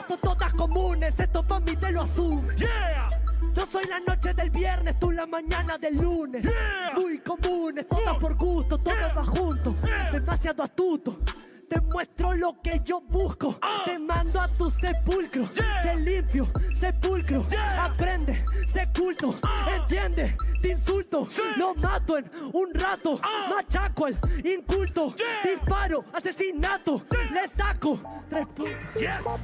son todas comunes, esto pa' mí te lo asume. Yo soy la noche del viernes, tú la mañana del lunes. Muy comunes, todas por gusto, todo va junto. Demasiado astuto. Te muestro lo que yo busco. Te mando a tu sepulcro. Sé limpio, sepulcro. Aprende, sé culto. Entiende, te insulto. Lo mato en un rato. Machaco al inculto. Disparo, asesinato. Le saco 3 puntos.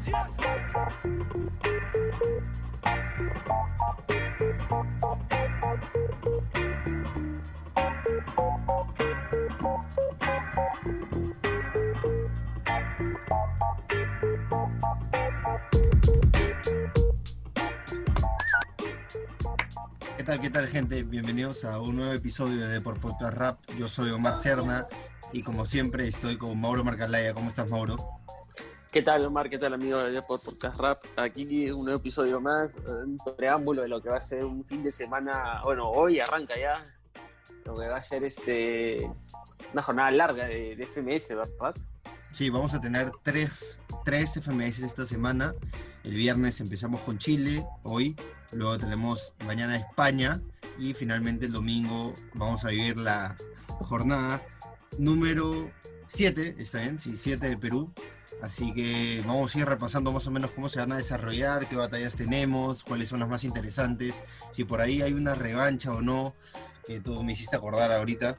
¿Qué tal, gente? Bienvenidos a un nuevo episodio de Por Podcast Rap. Yo soy Omar Serna y como siempre estoy con Mauro Marcalaya. ¿Cómo estás, Mauro? ¿Qué tal, Omar? ¿Qué tal, amigo de Por Podcast Rap? Aquí un nuevo episodio más, un preámbulo de lo que va a ser un fin de semana. Bueno, hoy arranca ya lo que va a ser una jornada larga de FMS, ¿verdad? Sí, vamos a tener tres FMS esta semana. El viernes empezamos con Chile, hoy. Luego tenemos mañana España. Y finalmente el domingo vamos a vivir la jornada número 7, ¿está bien? Sí, 7 de Perú. Así que vamos a ir repasando más o menos cómo se van a desarrollar, qué batallas tenemos, cuáles son las más interesantes, si por ahí hay una revancha o no, que tú me hiciste acordar ahorita,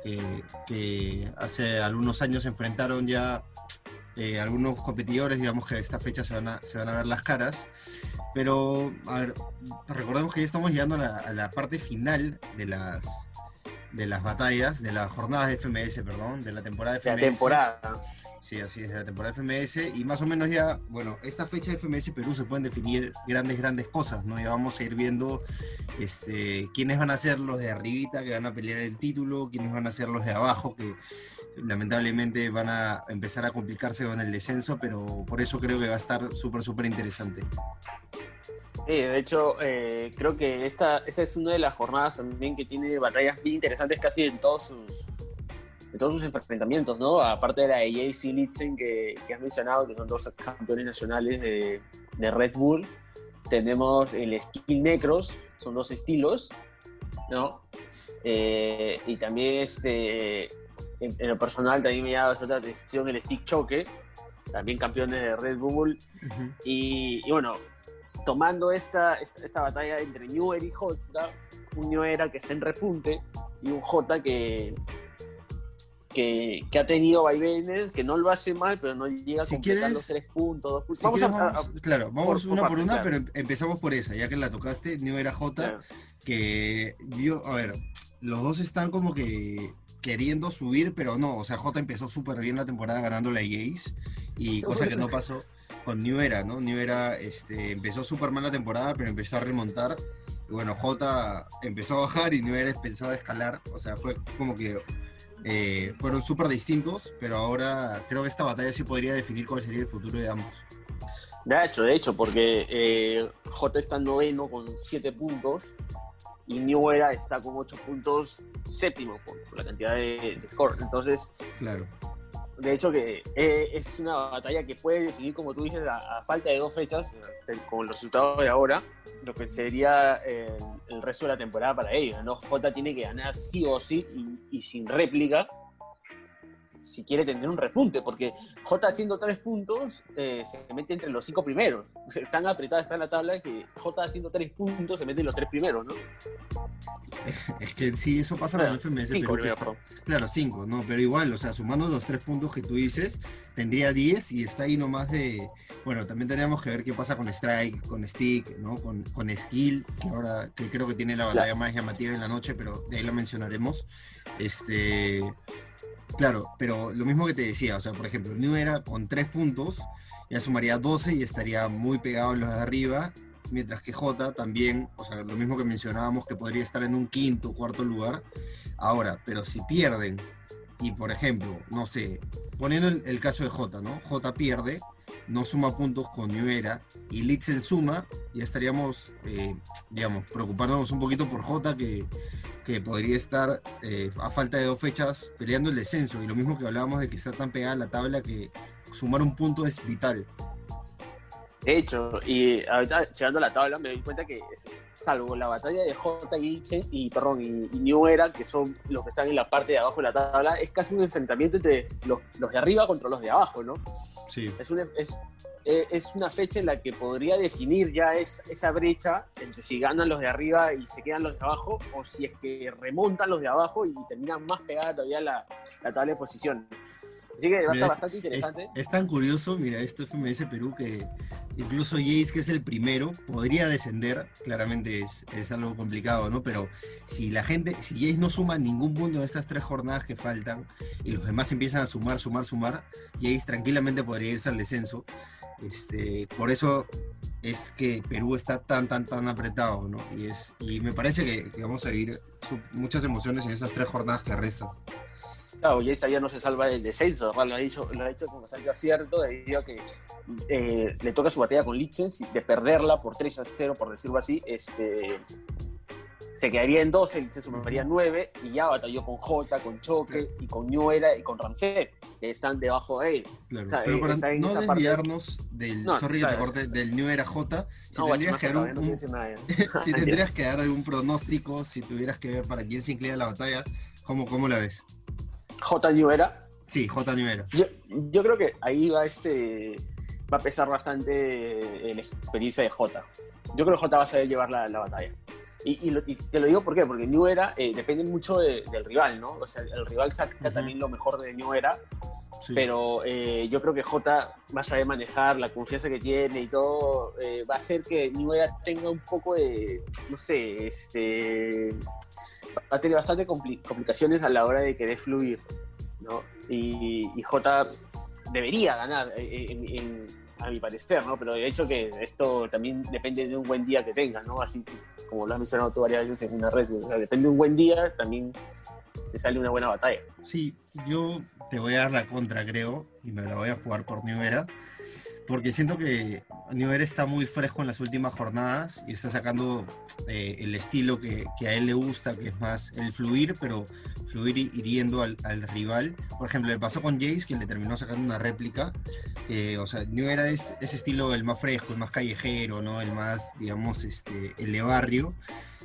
que hace algunos años se enfrentaron ya algunos competidores, digamos que a esta fecha se van a ver las caras, pero a ver, recordemos que ya estamos llegando a la parte final de las batallas, de las jornadas de FMS, perdón, de la temporada de FMS. De la temporada. Sí, así es, de la temporada FMS, y más o menos ya, bueno, esta fecha de FMS Perú se pueden definir grandes cosas, ¿no? Ya vamos a ir viendo quiénes van a ser los de arribita que van a pelear el título, quiénes van a ser los de abajo que lamentablemente van a empezar a complicarse con el descenso, pero por eso creo que va a estar súper interesante. Sí, de hecho, creo que esta es una de las jornadas también que tiene batallas bien interesantes casi en todos sus enfrentamientos, ¿no? Aparte de la de Jace y Litzen que has mencionado, que son dos campeones nacionales de Red Bull, tenemos el Skill Necros, son dos estilos, ¿no? Y también en lo personal también me llama otra atención el Stick Choque, también campeones de Red Bull. Uh-huh. Y bueno, tomando esta batalla entre New Era y J, un New Era que está en repunte y un J que ha tenido vaivenes, que no lo hace mal, pero no llega a completar los 3 puntos, 2 puntos. Vamos una por una, pero empezamos por esa, ya que la tocaste, New Era J, claro. Que yo, a ver, los dos están como que queriendo subir, pero no, o sea, J empezó súper bien la temporada ganando la Jace, y cosa que no pasó con New Era, ¿no? New Era empezó súper mal la temporada, pero empezó a remontar, y bueno, J empezó a bajar y New Era empezó a escalar, o sea, fue como que fueron súper distintos, pero ahora creo que esta batalla sí podría definir cuál sería el futuro de ambos. De hecho, porque J está noveno con 7 puntos y New Era está con 8 puntos séptimo por la cantidad de score. Entonces, claro. De hecho que es una batalla que puede definir, como tú dices, a falta de 2 fechas, con los resultados de ahora, lo que sería el resto de la temporada para ellos, ¿no? J tiene que ganar sí o sí y sin réplica si quiere tener un repunte, porque J haciendo 3 puntos se mete entre los 5 primeros. O sea, tan apretada está en la tabla que J haciendo 3 puntos se mete en los 3 primeros, ¿no? Es que sí, eso pasa con el FMS. 5 primero, claro, 5, ¿no? Pero igual, o sea, sumando los 3 puntos que tú dices, tendría 10 y está ahí nomás de... Bueno, también tendríamos que ver qué pasa con Strike, con Stick, ¿no? Con Skill, que ahora que creo que tiene la batalla más llamativa en la noche, pero de ahí lo mencionaremos. Claro, pero lo mismo que te decía, o sea, por ejemplo, New Era con 3 puntos ya sumaría 12 y estaría muy pegado en los de arriba, mientras que J también, o sea, lo mismo que mencionábamos, que podría estar en un quinto o cuarto lugar. Ahora, pero si pierden, y por ejemplo, no sé, poniendo el caso de J, ¿no? J pierde, no suma puntos con New Era, y Litzen suma, ya estaríamos, digamos, preocupándonos un poquito por J, que podría estar a falta de 2 fechas peleando el descenso, y lo mismo que hablábamos de que está tan pegada la tabla que sumar un punto es vital. De hecho, y ahorita llegando a la tabla me doy cuenta que, salvo la batalla de Jota y New Era, que son los que están en la parte de abajo de la tabla, es casi un enfrentamiento entre los de arriba contra los de abajo, ¿no? Sí. Es una fecha en la que podría definir ya esa brecha entre si ganan los de arriba y se quedan los de abajo, o si es que remontan los de abajo y terminan más pegada todavía la tabla de posición. Así que va a estar bastante interesante. Es tan curioso, mira, esto FMS Perú, que incluso Jace, que es el primero, podría descender. Claramente es algo complicado, ¿no? Pero si Jace no suma ningún punto en estas 3 jornadas que faltan y los demás empiezan a sumar, Jace tranquilamente podría irse al descenso. Por eso es que Perú está tan apretado, ¿no? Y me parece que vamos a vivir muchas emociones en esas 3 jornadas que restan. Claro, Jace todavía no se salva del descenso, ¿no? Lo ha dicho con bastante acierto, debido a que le toca su batalla con Lichens, de perderla por 3-0, por decirlo así, se quedaría en 12, se sumaría 9, y ya batalló con Jota, con Choque, y con New Era y con Ramsey, que están debajo de él. Claro, o sea, pero para no desviarnos parte... del New Era Jota, si tendrías que dar algún pronóstico, si tuvieras que ver para quién se inclina la batalla, ¿cómo la ves? J. New Era. Sí, J. New Era. Yo creo que ahí va a pesar bastante la experiencia de J. Yo creo que J va a saber llevar la batalla. Y te lo digo ¿por qué? Porque New Era depende mucho del rival, ¿no? O sea, el rival saca también lo mejor de New Era, sí. Pero yo creo que J va a saber manejar la confianza que tiene y todo, va a hacer que New Era tenga un poco de, no sé, va a tener bastante complicaciones a la hora de querer fluir, ¿no? Y J debería ganar, a mi parecer, ¿no? Pero de hecho que esto también depende de un buen día que tenga, ¿no? Así que, como lo has mencionado tú varias veces en una red, o sea, depende de un buen día, también te sale una buena batalla. Sí, yo te voy a dar la contra, creo, y me la voy a jugar por New Era, porque siento que New Era está muy fresco en las últimas jornadas y está sacando el estilo que a él le gusta, que es más el fluir, pero fluir hiriendo al rival. Por ejemplo, le pasó con Jace, que le terminó sacando una réplica. O sea, New Era es ese estilo el más fresco, el más callejero, ¿no? El más, digamos, el de barrio.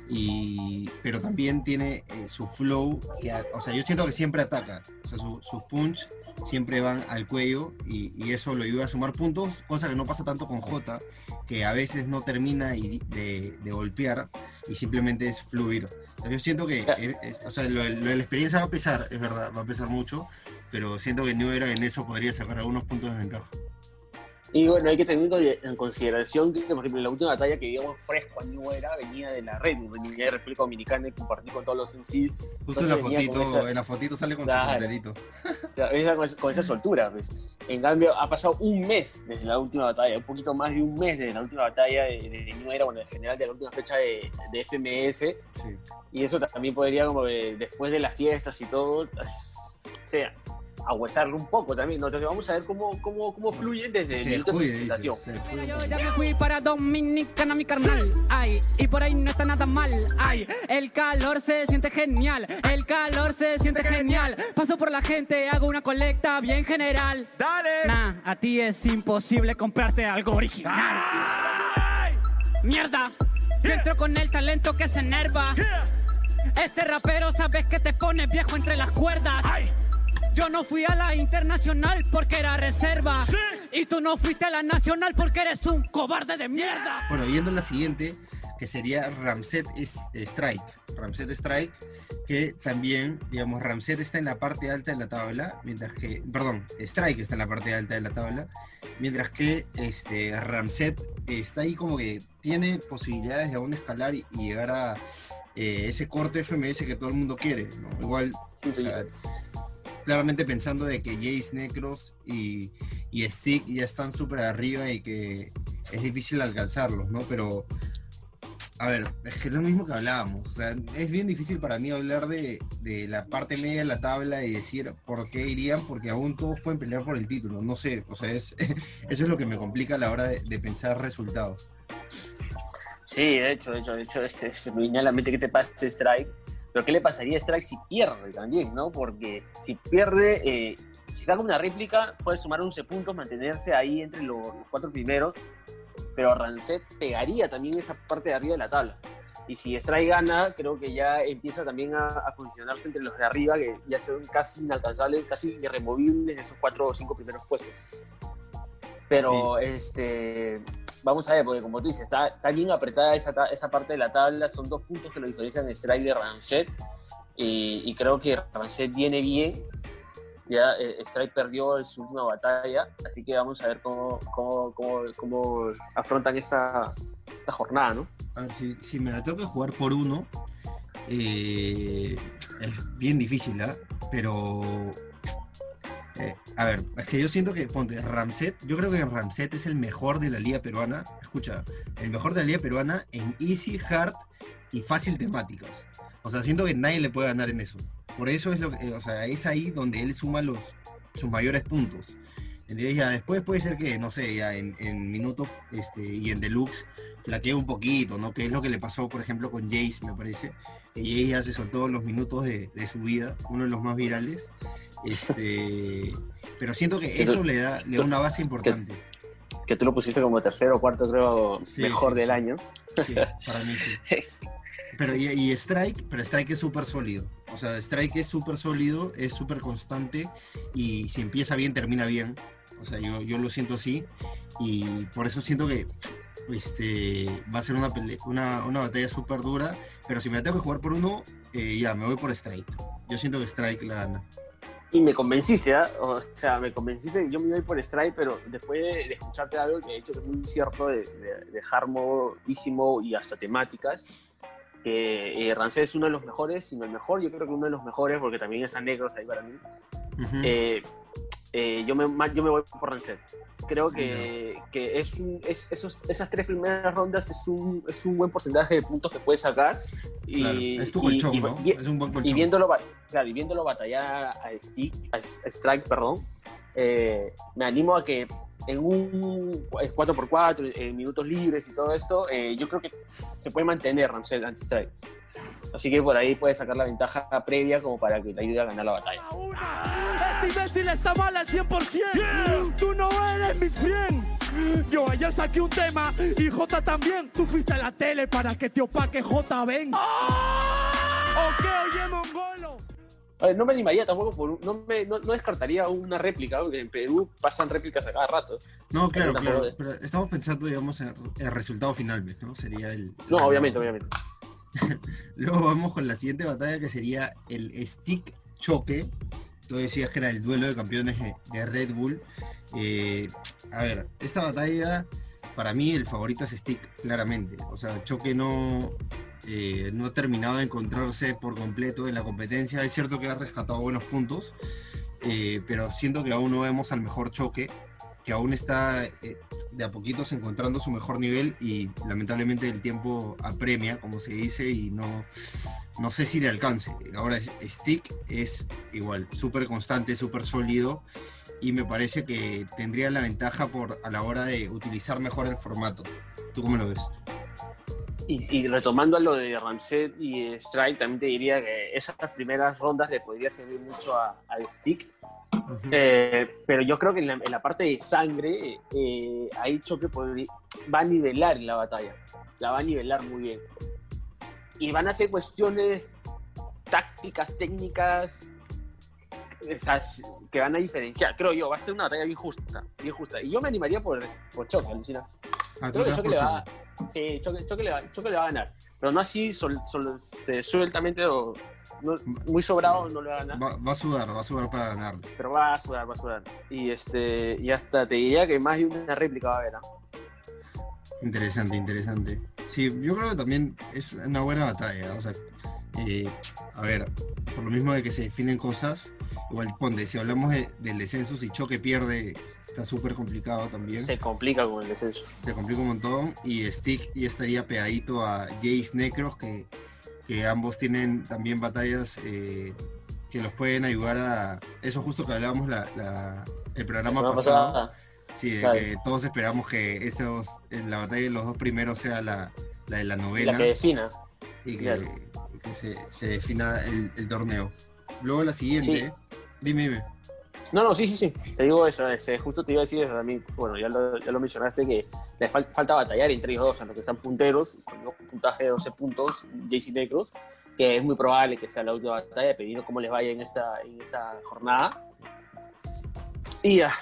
Pero también tiene su flow, o sea, yo siento que siempre ataca, o sea, sus punch siempre van al cuello y eso lo ayuda a sumar puntos, cosa que no pasa tanto con Jota, que a veces no termina de golpear y simplemente es fluir. O sea, yo siento que o sea, lo de la experiencia va a pesar, es verdad, va a pesar mucho, pero siento que New Era en eso podría sacar algunos puntos de ventaja. Y bueno, hay que tener en consideración que, por ejemplo, en la última batalla que digamos fresco a New Era venía de la red, venía de República Dominicana y compartí con todos los MCs. Justo en la fotito sale con su sombrerito. Con esa soltura, pues. En cambio, ha pasado un mes desde la última batalla, un poquito más de un mes desde la última batalla de New Era, bueno, en general de la última fecha de FMS. Sí. Y eso también podría, como después de las fiestas y todo, o sea, ahuesarlo un poco también, ¿no? Entonces vamos a ver cómo fluye desde el minuto de presentación. Yo ya me fui para Dominicana, mi carnal, ay, y por ahí no está nada mal, ay, el calor se siente genial, paso por la gente, hago una colecta bien general, dale, nah, a ti es imposible comprarte algo original, ¡ay! Mierda, yo entro con el talento que se enerva, este rapero sabes que te pone viejo entre las cuerdas, ay. Yo no fui a la internacional porque era reserva. ¿Sí? Y tú no fuiste a la nacional porque eres un cobarde de mierda. Bueno, yendo a la siguiente, que sería Ramsey Strike. Ramsey Strike, que también, digamos, Ramsey está en la parte alta de la tabla, Strike está en la parte alta de la tabla, mientras que Ramsey está ahí como que tiene posibilidades de aún escalar y llegar a ese corte FMS que todo el mundo quiere, ¿no? Igual, o sea, claramente pensando de que Jace, Necros y Stick ya están súper arriba y que es difícil alcanzarlos, ¿no? Pero, a ver, es que es lo mismo que hablábamos. O sea, es bien difícil para mí hablar de la parte media de la tabla y decir por qué irían, porque aún todos pueden pelear por el título. No sé, o sea, eso es lo que me complica a la hora de pensar resultados. Sí, de hecho, se me viene a la mente que te pasa Strike. Pero ¿qué le pasaría a Strike si pierde también, no? Porque si pierde, si saca una réplica, puede sumar 11 puntos, mantenerse ahí entre los 4 primeros. pero Rancet pegaría también esa parte de arriba de la tabla. Y si Strike gana, creo que ya empieza también a posicionarse entre los de arriba, que ya son casi inalcanzables, casi irremovibles de esos 4 o 5 primeros puestos. Pero vamos a ver, porque como tú dices, está bien apretada esa parte de la tabla, son 2 puntos que lo diferencian de Strike de Rancet, y creo que Rancet viene bien. Ya Strike perdió su última batalla, así que vamos a ver cómo afrontan esta jornada, ¿no? A ver, si me la tengo que jugar por uno, es bien difícil, ¿eh? Pero, a ver, es que yo siento que, ponte, Rancet, yo creo que Rancet es el mejor de la liga peruana, escucha, el mejor de la liga peruana en easy, hard y fácil temáticas. O sea, siento que nadie le puede ganar en eso. Por eso es es ahí donde él suma sus mayores puntos. Entonces ya después puede ser que, no sé, ya en minutos y en deluxe flaquea un poquito, ¿no? Que es lo que le pasó, por ejemplo, con Jace, me parece. Que Jace ya se soltó los minutos de su vida, uno de los más virales. Pero siento que eso le da una base importante. Que tú lo pusiste como tercero o cuarto, creo, mejor del año. Sí, para mí sí. Pero Strike es súper sólido. O sea, Strike es súper sólido, es súper constante y si empieza bien, termina bien. O sea, yo lo siento así y por eso siento que va a ser una batalla súper dura. Pero si me tengo que jugar por uno, ya, me voy por Strike. Yo siento que Strike la gana. Y me convenciste, ¿eh? O sea, yo me voy por Strike, pero después de escucharte algo que he dicho que es muy cierto de Harmo, Ísimo y hasta temáticas, Rancet es uno de los mejores, si no el mejor, yo creo que uno de los mejores, porque también están negros ahí para mí. Uh-huh. Yo me voy por Rancet. Creo que esas 3 primeras rondas es un buen porcentaje de puntos que puedes sacar. Claro, es tu colchón, ¿no? Es un buen colchón. Y viéndolo batallar a Strike, me animo a que en un 4x4, en minutos libres y todo esto, yo creo que se puede mantener Rancet anti-Strike. Así que por ahí puedes sacar la ventaja previa como para que te ayude a ganar la batalla. Este imbécil está mal al 100%. Yeah. Tú no eres mi friend. Yo ayer saqué un tema y J también. Tú fuiste a la tele para que te opaque J Benz. ¿O qué, oye, mongolo? A ver, no me animaría tampoco no descartaría una réplica, porque en Perú pasan réplicas a cada rato. No, claro, pero estamos pensando, digamos, en el resultado final, ¿no? Sería el... No, obviamente. Luego vamos con la siguiente batalla, que sería el Stick Choque. Tú decías que era el duelo de campeones de Red Bull. A ver, esta batalla, para mí el favorito es Stick, claramente. O sea, Choque no ha terminado de encontrarse por completo en la competencia. Es cierto que ha rescatado buenos puntos, pero siento que aún no vemos al mejor Choque, que aún está de a poquitos encontrando su mejor nivel y lamentablemente el tiempo apremia, como se dice, y no sé si le alcance. Ahora Stick es igual, súper constante, súper sólido, y me parece que tendría la ventaja a la hora de utilizar mejor el formato. ¿Tú cómo lo ves? Y retomando a lo de Rancet y Strike, también te diría que esas primeras rondas le podría servir mucho a Stick. Uh-huh. Pero yo creo que en la parte de sangre, ahí Choque va a nivelar la batalla. La va a nivelar muy bien. Y van a ser cuestiones tácticas, técnicas, esas que van a diferenciar. Creo yo, va a ser una batalla bien justa. Y yo me animaría por Choque, Lucina. Creo que Choque le va... Sí, Choque le va a ganar. Pero no así sueltamente o muy sobrado, no le va a ganar. Va a sudar para ganarle. Pero va a sudar. Y hasta te diría que más de una réplica va a haber, ¿no? Interesante. Sí, yo creo que también es una buena batalla. O sea, a ver, por lo mismo de que se definen cosas, igual ponte, si hablamos del descenso, si Choque pierde, está súper complicado también. Se complica con el descenso. Se complica un montón, y Stick ya estaría pegadito a Jace Necros, que ambos tienen también batallas que los pueden ayudar a... Eso justo que hablábamos el programa pasado. Sí, de que todos esperamos que la batalla de los 2 primeros sea la de la novena. La que defina. Y que se defina el torneo. Luego la siguiente, sí. Dime. No, sí. Te digo eso, justo te iba a decir eso a mí. Bueno, ya lo mencionaste, que le falta batallar entre ellos dos, en los que están punteros, con un puntaje de 12 puntos, Jace y Necros, que es muy probable que sea la última batalla, dependiendo cómo les vaya en esta jornada. Y ya,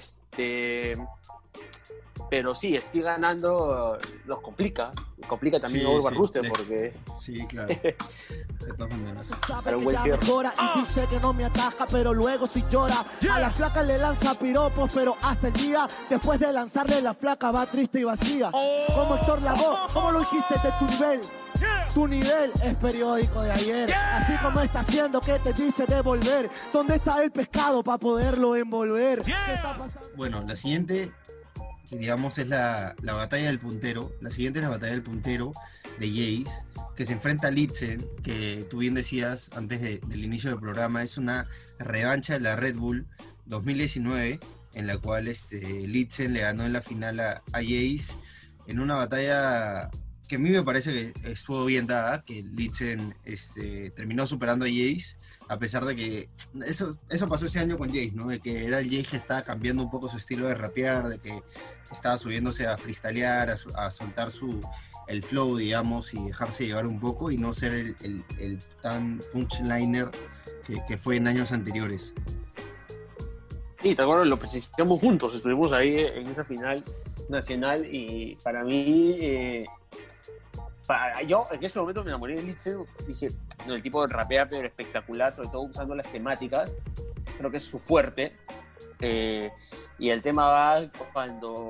pero sí, estoy ganando, los complica también a Urban Rooster, porque... Sí, claro. De todas maneras. Pero un buen cierre. Y dice que no me ataca, pero luego sí llora. A la flaca le lanza piropos, pero hasta el día después de lanzarle la flaca va triste y vacía. Como Héctor Lavoe, ¿cómo lo dijiste de tu nivel? Tu nivel es periódico de ayer, así como está haciendo que te dice devolver. ¿Dónde está el pescado para poderlo envolver? ¿Qué está pasando? Bueno, la siguiente, digamos, es la batalla del puntero. La siguiente es la batalla del puntero de Jace, que se enfrenta a Litzen, que tú bien decías antes del inicio del programa, es una revancha de la Red Bull 2019, en la cual Litzen le ganó en la final a Jace, en una batalla que a mí me parece que estuvo bien dada, que Litzen terminó superando a Jace, a pesar de que eso pasó ese año con Jace, ¿no? De que era el Jace que estaba cambiando un poco su estilo de rapear, de que estaba subiéndose a freestylear, a soltar el flow, digamos, y dejarse llevar un poco y no ser el tan punchliner que fue en años anteriores. Sí, te acuerdas, lo presenciamos juntos, estuvimos ahí en esa final nacional y para mí... yo en ese momento me enamoré de Litzen, dije, no, el tipo de rapea pero espectacular, sobre todo usando las temáticas, creo que es su fuerte, y el tema va cuando,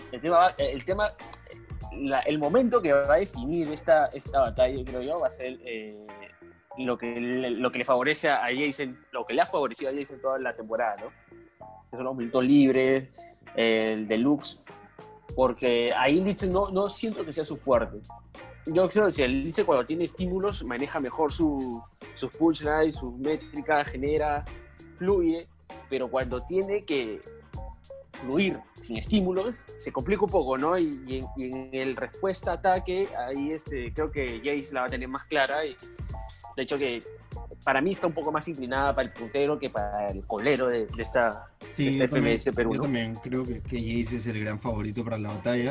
el momento que va a definir esta batalla, creo yo, va a ser lo que le favorece a Jason, lo que le ha favorecido a Jason toda la temporada, ¿no? Que son los minutos libres, el deluxe, porque ahí Litzen no siento que sea su fuerte. Yo creo que si el Litzen cuando tiene estímulos maneja mejor sus punchlines, sus métricas, fluye, pero cuando tiene que fluir sin estímulos se complica un poco, ¿no? Y en el respuesta-ataque ahí creo que Jace la va a tener más clara y de hecho que para mí está un poco más inclinada para el puntero que para el colero de esta FMS Perú. Yo también creo que Jace es el gran favorito para la batalla.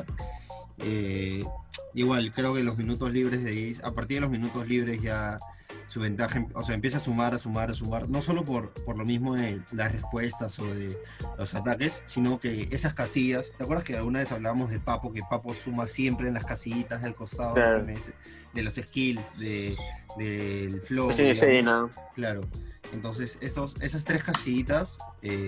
Igual, creo que los minutos libres de Jace, a partir de los minutos libres ya su ventaja, o sea, empieza a sumar, no solo por lo mismo de las respuestas o de los ataques, sino que esas casillas, ¿te acuerdas que alguna vez hablábamos de Papo, que Papo suma siempre en las casillitas del costado, claro, de los skills, del flow? Sí, no. Claro, entonces esas tres casillitas,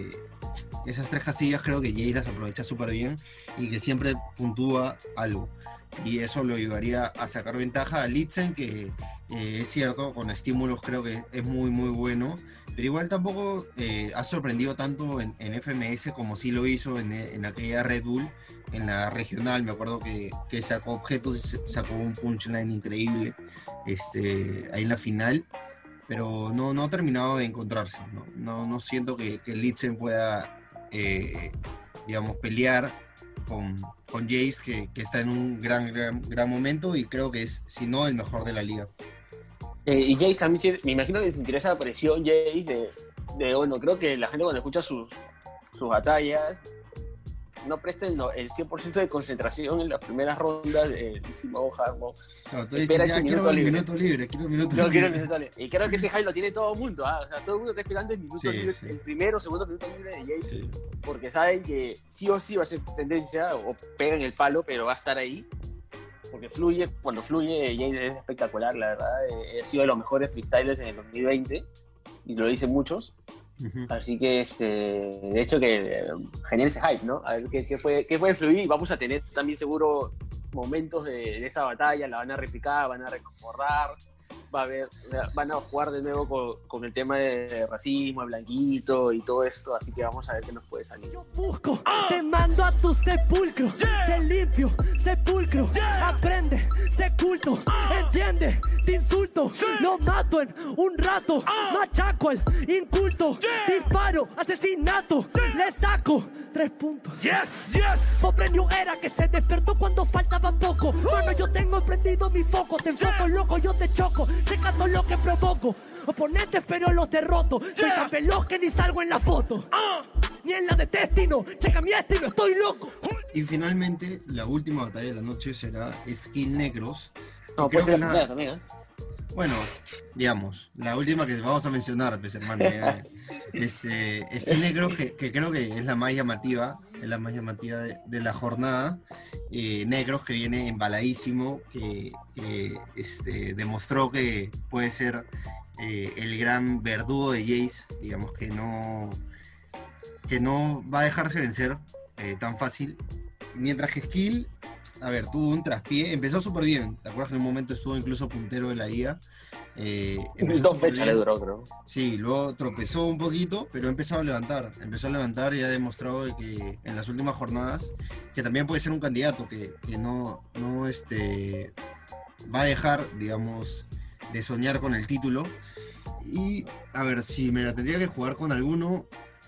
creo que Jay las aprovecha súper bien y que siempre puntúa algo. Y eso lo ayudaría a sacar ventaja a Litzen, que es cierto, con estímulos creo que es muy muy bueno, pero igual tampoco ha sorprendido tanto en FMS como sí lo hizo en aquella Red Bull, en la regional. Me acuerdo que sacó objetos y sacó un punchline increíble ahí en la final, pero no ha terminado de encontrarse, no siento que Litzen pueda digamos pelear con Jace, que está en un gran momento y creo que es, si no, el mejor de la liga. Y Jace también, me imagino que les interesa la presión Jace bueno, creo que la gente cuando escucha sus batallas no presten el 100% de concentración en las primeras rondas de Simoja, ¿no? Claro, espera ese minuto libre. Quiero el minuto libre. Y creo que ese high lo tiene todo el mundo, ¿ah? O sea, todo el mundo está esperando el minuto libre, el primero o segundo minuto libre de Jace, porque saben que sí o sí va a ser tendencia, o pega en el palo, pero va a estar ahí, porque cuando fluye Jace es espectacular, la verdad. Ha sido de los mejores freestylers en el 2020, y lo dicen muchos. Uh-huh. Así que de hecho que genera ese hype, ¿no? A ver qué puede fluir, y vamos a tener también seguro momentos de esa batalla, la van a replicar, van a recordar, van a jugar de nuevo con el tema de racismo, el blanquito y todo esto, así que vamos a ver qué nos puede salir. Yo busco, te mando a tu sepulcro, sé limpio, sepulcro, aprende, sé culto, entiende, te insulto, lo mato en un rato, machaco al inculto, disparo, asesinato, le saco 3 puntos. Pobre New Era que se despertó cuando faltaba poco. Bueno, yo tengo prendido mi foco, te enfoco loco, yo te choco, te canto lo que provoco. Oponente oponentes, pero los derroto. Soy tan veloz que ni salgo en la foto. Ni en la de Destino. Checa mi estilo, estoy loco. Y finalmente, la última batalla de la noche será Skill Necros. No, puede ser la también, ¿eh? Bueno, digamos, la última que vamos a mencionar, pues, hermano. Skill Necros, que creo que es la más llamativa. Es la más llamativa de la jornada. Necros, que viene embaladísimo, que demostró que puede ser el gran verdugo de Jace, digamos que no va a dejarse vencer tan fácil. Mientras que Skill, a ver, tuvo un traspié, empezó súper bien. ¿Te acuerdas que en un momento estuvo incluso puntero de la liga? 2 fechas le duró, creo. Sí, luego tropezó un poquito, pero empezó a levantar y ha demostrado de que en las últimas jornadas que también puede ser un candidato que no va a dejar, digamos, de soñar con el título. Y a ver, si me la tendría que jugar con alguno,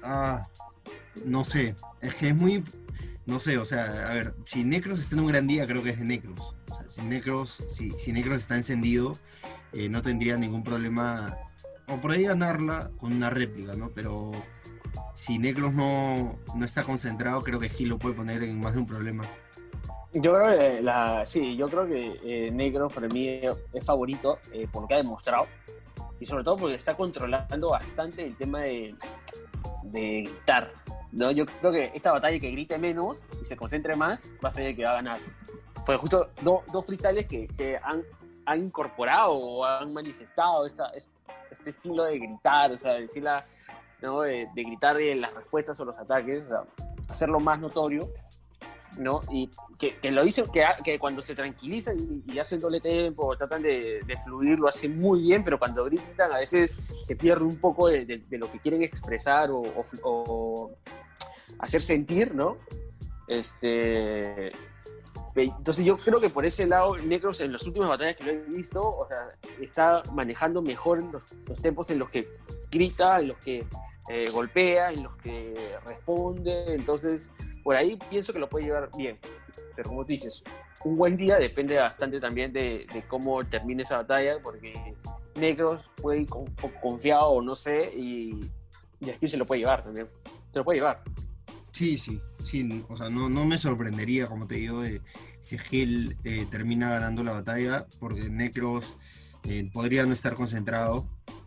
no sé, es que es muy, no sé, o sea, a ver, si Necros está en un gran día, creo que es de Necros. O sea, si Necros está encendido, no tendría ningún problema, o por ahí ganarla con una réplica, ¿no? Pero si Necros no está concentrado, creo que Gil lo puede poner en más de un problema. Yo creo que Necros para mí es favorito por lo que ha demostrado, y sobre todo porque está controlando bastante el tema de gritar, ¿no? Yo creo que esta batalla que grite menos y se concentre más va a ser el que va a ganar. Pues justo dos freestyles que han incorporado o han manifestado este estilo de gritar, o sea, decirla, ¿no? de gritar las respuestas o los ataques, o sea, hacerlo más notorio, ¿no? Y que lo hizo, que cuando se tranquilizan y hacen doble tempo, tratan de fluir, lo hacen muy bien, pero cuando gritan a veces se pierde un poco de lo que quieren expresar o hacer sentir, ¿no? Entonces yo creo que por ese lado Necros en las últimas batallas que lo he visto, o sea, está manejando mejor los tempos en los que grita, en los que golpea, en los que responde. Entonces por ahí pienso que lo puede llevar bien, pero como tú dices, un buen día depende bastante también de cómo termine esa batalla, porque Necros puede ir confiado o no sé, y aquí se lo puede llevar también, se lo puede llevar. Sí, o sea, no me sorprendería, como te digo, si Gil termina ganando la batalla, porque Necros podría no estar concentrado,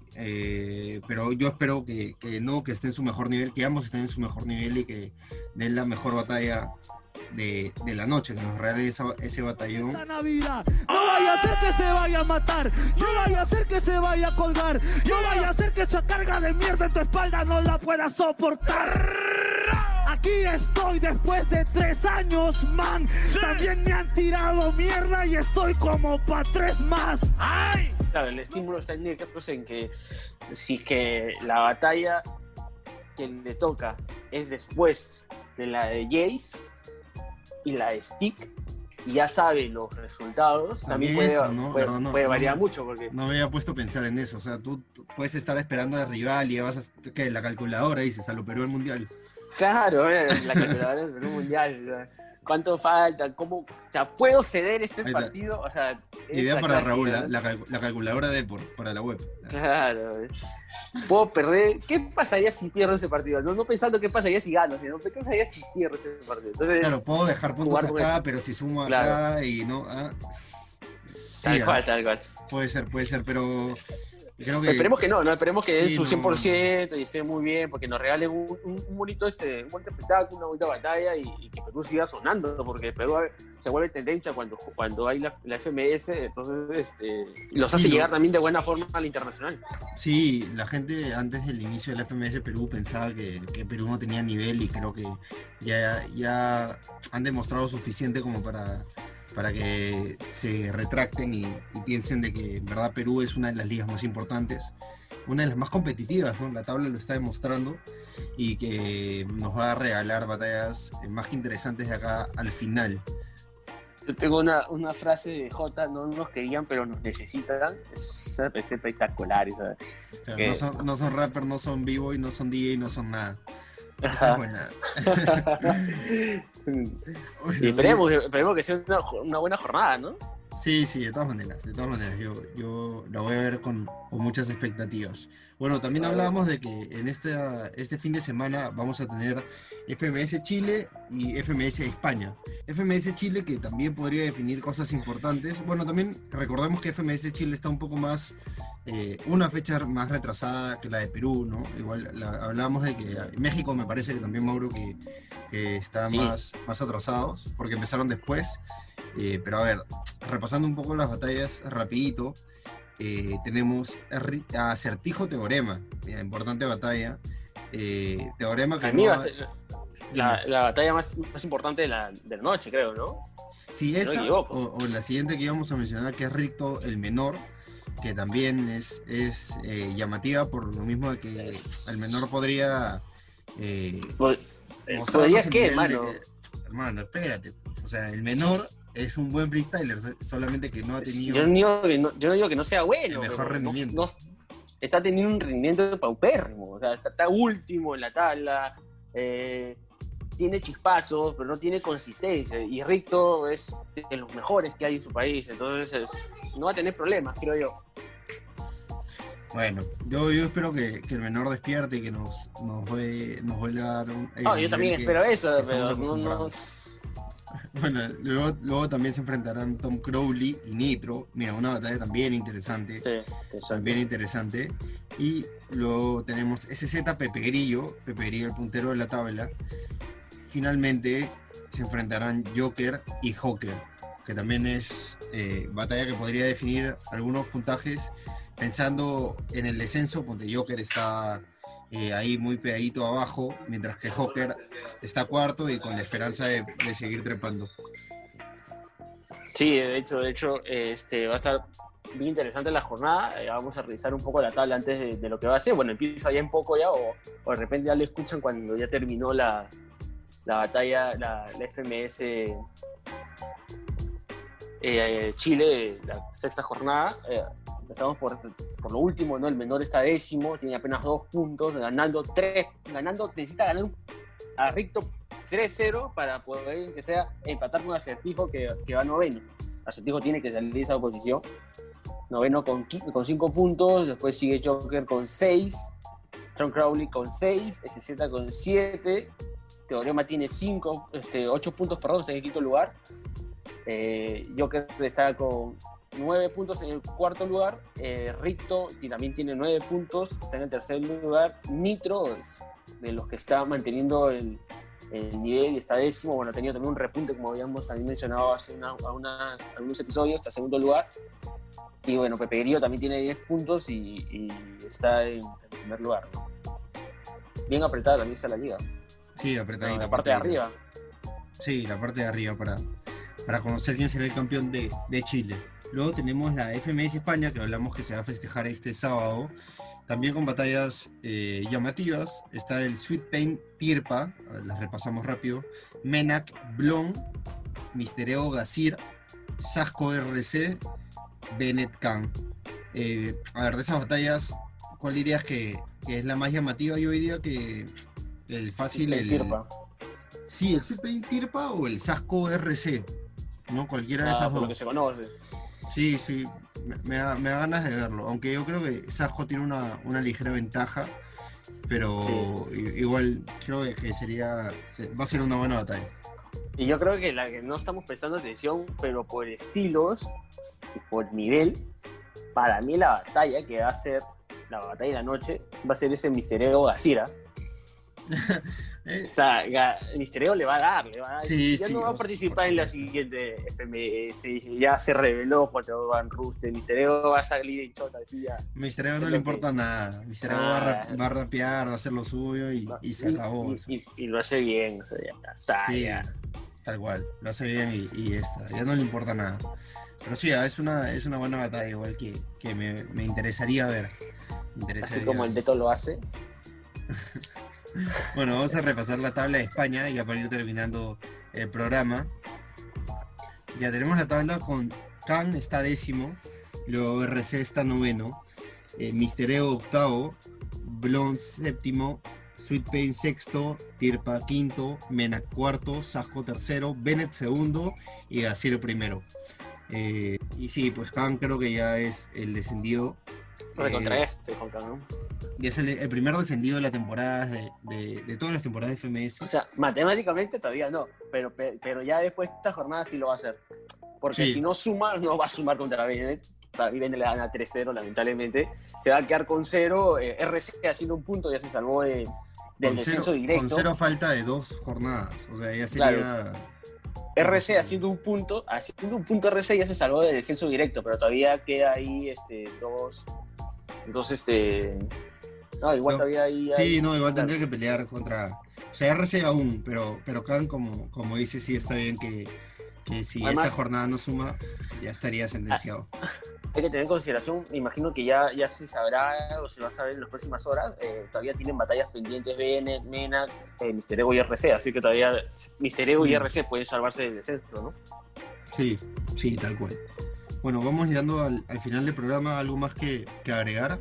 pero yo espero que esté en su mejor nivel, que ambos estén en su mejor nivel y que den la mejor batalla de la noche, que nos regalen ese batallón. Esta Navidad, no vaya a ser que se vaya a matar, no vaya a ser que se vaya a colgar, no vaya a ser que esa carga de mierda en tu espalda no la pueda soportar. Aquí estoy después de 3 años, man. Sí. También me han tirado mierda y estoy como pa' 3 más. ¡Ay! Claro, el estímulo está en Necros en que si que la batalla que le toca es después de la de Jace y la de Stick, y ya sabe los resultados, también puede variar mucho. Porque no me había puesto a pensar en eso. O sea, tú puedes estar esperando al rival y vas a la calculadora dices, a lo Perú el mundial. Claro, la calculadora del Perú mundial. ¿Cuánto falta? ¿Cómo? O sea, ¿puedo ceder este partido? O sea, idea para Raúl, la calculadora de para la web. Claro. ¿Puedo perder? ¿Qué pasaría si pierdo ese partido? No pensando qué pasaría si gano, sino qué pasaría si pierdo ese partido. Entonces, claro, puedo dejar puntos acá, pero si sumo acá y no... Sí, tal cual. Puede ser, pero... Creo que... Esperemos que no, esperemos que den su 100% y esté muy bien, porque nos regalen un bonito espectáculo, una bonita batalla y que Perú siga sonando, porque Perú se vuelve tendencia cuando hay la FMS, entonces los hace llegar también de buena forma al internacional. Sí, la gente antes del inicio de la FMS Perú pensaba que Perú no tenía nivel, y creo que ya han demostrado suficiente como para que se retracten y piensen de que en verdad Perú es una de las ligas más importantes, una de las más competitivas, ¿no? La tabla lo está demostrando, y que nos va a regalar batallas más interesantes de acá al final. Yo tengo una frase de Jota: no nos querían pero nos necesitan. Es espectacular, ¿sabes? Claro, no son rappers, no son b-boy, no son DJ, no son nada. Esa es buena. Y esperemos que sea una buena jornada, ¿no? Sí, de todas maneras, yo la voy a ver con muchas expectativas. Bueno, también A ver. hablábamos de que en este fin de semana vamos a tener FMS Chile y FMS España. FMS Chile que también podría definir cosas importantes. Bueno, también recordemos que FMS Chile está un poco más, una fecha más retrasada que la de Perú, ¿no? Igual hablábamos de que México me parece que también, Mauro, que está Sí. más atrasados porque empezaron después. Pero a ver, repasando un poco las batallas rapidito, tenemos Acertijo Teorema, mira, importante batalla. Teorema que Para mí no va a ha- ser dime. la batalla más importante de la noche, creo, ¿no? Si Si no me esa equivoco. o la siguiente que íbamos a mencionar, que es Ricto el Menor, que también es llamativa por lo mismo de que el menor podría Pod- mostrarnos ¿Podría el qué, nivel hermano? hermano, espérate. O sea, el menor es un buen freestyler, solamente que no ha tenido Yo no digo que no sea bueno, el mejor pero rendimiento. está teniendo un rendimiento paupérrimo. O sea, está último en la tabla, tiene chispazos, pero no tiene consistencia. Y Ricto es de los mejores que hay en su país, entonces no va a tener problemas, creo yo. Bueno, yo espero que el menor despierte y que nos vuelva a dar el No, yo nivel también que espero eso, estamos pero no. acostumbrados. Bueno, luego también se enfrentarán Tom Crowley y Nitro. Mira, una batalla también interesante. Sí, exacto. También interesante. Y luego tenemos SZ Pepe Grillo el puntero de la tabla. Finalmente se enfrentarán Joker y Joker, que también es batalla que podría definir algunos puntajes. Pensando en el descenso, porque Joker está ahí muy pegadito abajo, mientras que Joker está cuarto y con la esperanza de seguir trepando. Sí, de hecho, va a estar bien interesante la jornada. Vamos a revisar un poco la tabla antes de lo que va a ser. Bueno, empieza ya un poco ya, o de repente ya lo escuchan cuando ya terminó la batalla, la FMS Chile, la sexta jornada. Empezamos por lo último, ¿no? El menor está décimo, tiene apenas 2 puntos, necesita ganar a Ricto 3-0 para poder que sea empatar con Acertijo que va noveno. Acertijo tiene que salir de esa posición. Noveno con 5 puntos, después sigue Joker con 6, Tom Crowley con 6, SZ con 7, Teorema tiene 8 puntos, perdón, está en el quinto lugar. Joker está con 9 puntos en el cuarto lugar. Ricto también tiene 9 puntos, está en el tercer lugar. Nitro es de los que está manteniendo el nivel y está décimo. Bueno, ha tenido también un repunte, como habíamos también mencionado hace algunos episodios, está en segundo lugar. Y bueno, Pepe Grillo también tiene 10 puntos y está en primer lugar, ¿no? Bien apretada también está la liga. Sí, apretadita. La parte de arriba. Sí, la parte de arriba para conocer quién será el campeón de Chile. Luego tenemos la FMS España, que hablamos que se va a festejar este sábado, también con batallas llamativas. Está el Sweet Pain Tirpa, a ver, las repasamos rápido, Menac Blon, Mistereo Gazir, Sasco RC, Bennett Khan. A ver, de esas batallas, ¿cuál dirías que es la más llamativa? Yo diría que el fácil, Tirpa. Sí, el Sweet Pain Tirpa o el Sasco RC, ¿no? Cualquiera de esas Por lo dos. que se conoce. Sí, me da ganas de verlo, aunque yo creo que Sasco tiene una ligera ventaja, pero igual creo que va a ser una buena batalla. Y yo creo que la que no estamos prestando atención, pero por estilos y por nivel, para mí la batalla que va a ser la batalla de la noche va a ser ese Mistereo Gazira. O sea, Mistereo le va a dar. Sí, ya sí, no va a participar en la siguiente FMS. Ya se reveló cuando Van Ruste. Mistereo va a salir en chota. Así ya. Mistereo no le importa nada. Mistereo va a rapear, va a hacer lo suyo y se acabó. Y lo hace bien. O sea, ya está. Sí, ya. tal cual. Lo hace bien y ya no le importa nada. Pero sí, es una buena batalla, igual que me interesaría ver. Así como el Deto lo hace. Bueno, vamos a repasar la tabla de España ya para ir terminando el programa. Ya tenemos la tabla con Khan está décimo, luego RC está noveno, Mistereo octavo, Blon séptimo, Sweet Pain sexto, Tirpa quinto, Menac cuarto, Sasco tercero, Bennett segundo y Gazir primero. Y sí, pues Khan creo que ya es el descendido. Contra Juan Carlos, ¿no? Y es el primer descendido de la temporada, de todas las temporadas de FMS. O sea, matemáticamente todavía no, pero ya después de esta jornada sí lo va a hacer. Porque Sí. si no suma, no va a sumar contra Bennett. Bennett le gana 3-0, lamentablemente. Se va a quedar con 0. RC haciendo un punto, ya se salvó del descenso directo. Con 0 falta de 2 jornadas. O sea, ya sería. Claro. RC haciendo un punto RC ya se salvó del descenso directo, pero todavía queda ahí 2. No, igual No, todavía ahí. Sí, no, igual claro. tendría que pelear contra. O sea, RC aún, pero Khan, como dice, sí está bien que si Además, esta jornada no suma, ya estaría sentenciado. hay que tener en consideración, me imagino que ya se sabrá o se va a saber en las próximas horas. Todavía tienen batallas pendientes Bennett, Mena, Mister Ego y RC, así que todavía Mister Ego y RC pueden salvarse del descenso, ¿no? Sí, tal cual. Bueno, vamos llegando al final del programa. ¿Algo más que agregar?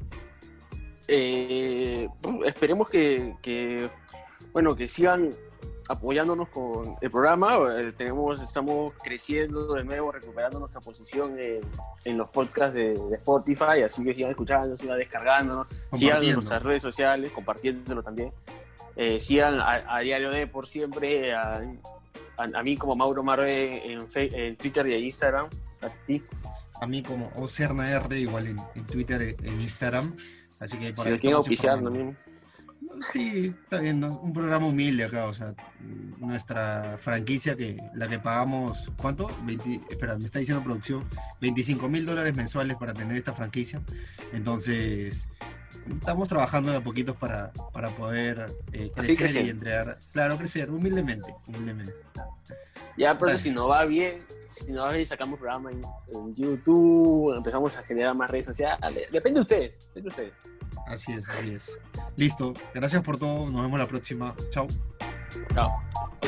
Esperemos que sigan apoyándonos con el programa. Estamos creciendo de nuevo, recuperando nuestra posición en los podcasts de Spotify, así que sigan escuchando, sigan descargándonos, sigan en nuestras redes sociales, compartiéndolo también. Sigan a Diario D por siempre, a mí como Mauro Marve en Twitter y en Instagram, a ti. A mí como Ocerna R, igual en Twitter, en Instagram. Así que Si lo quieren oficiar también. Sí, está bien, ¿no? Un programa humilde acá, o sea, nuestra franquicia, la que pagamos, ¿cuánto? Espera, me está diciendo producción, $25,000 mensuales para tener esta franquicia. Entonces, estamos trabajando de a poquitos para poder crecer y entregar, claro, crecer humildemente. Ya, pero si no va bien, sacamos programa en YouTube, empezamos a generar más redes sociales. Depende de ustedes. Así es. Listo. Gracias por todo. Nos vemos la próxima. Chao. Chao.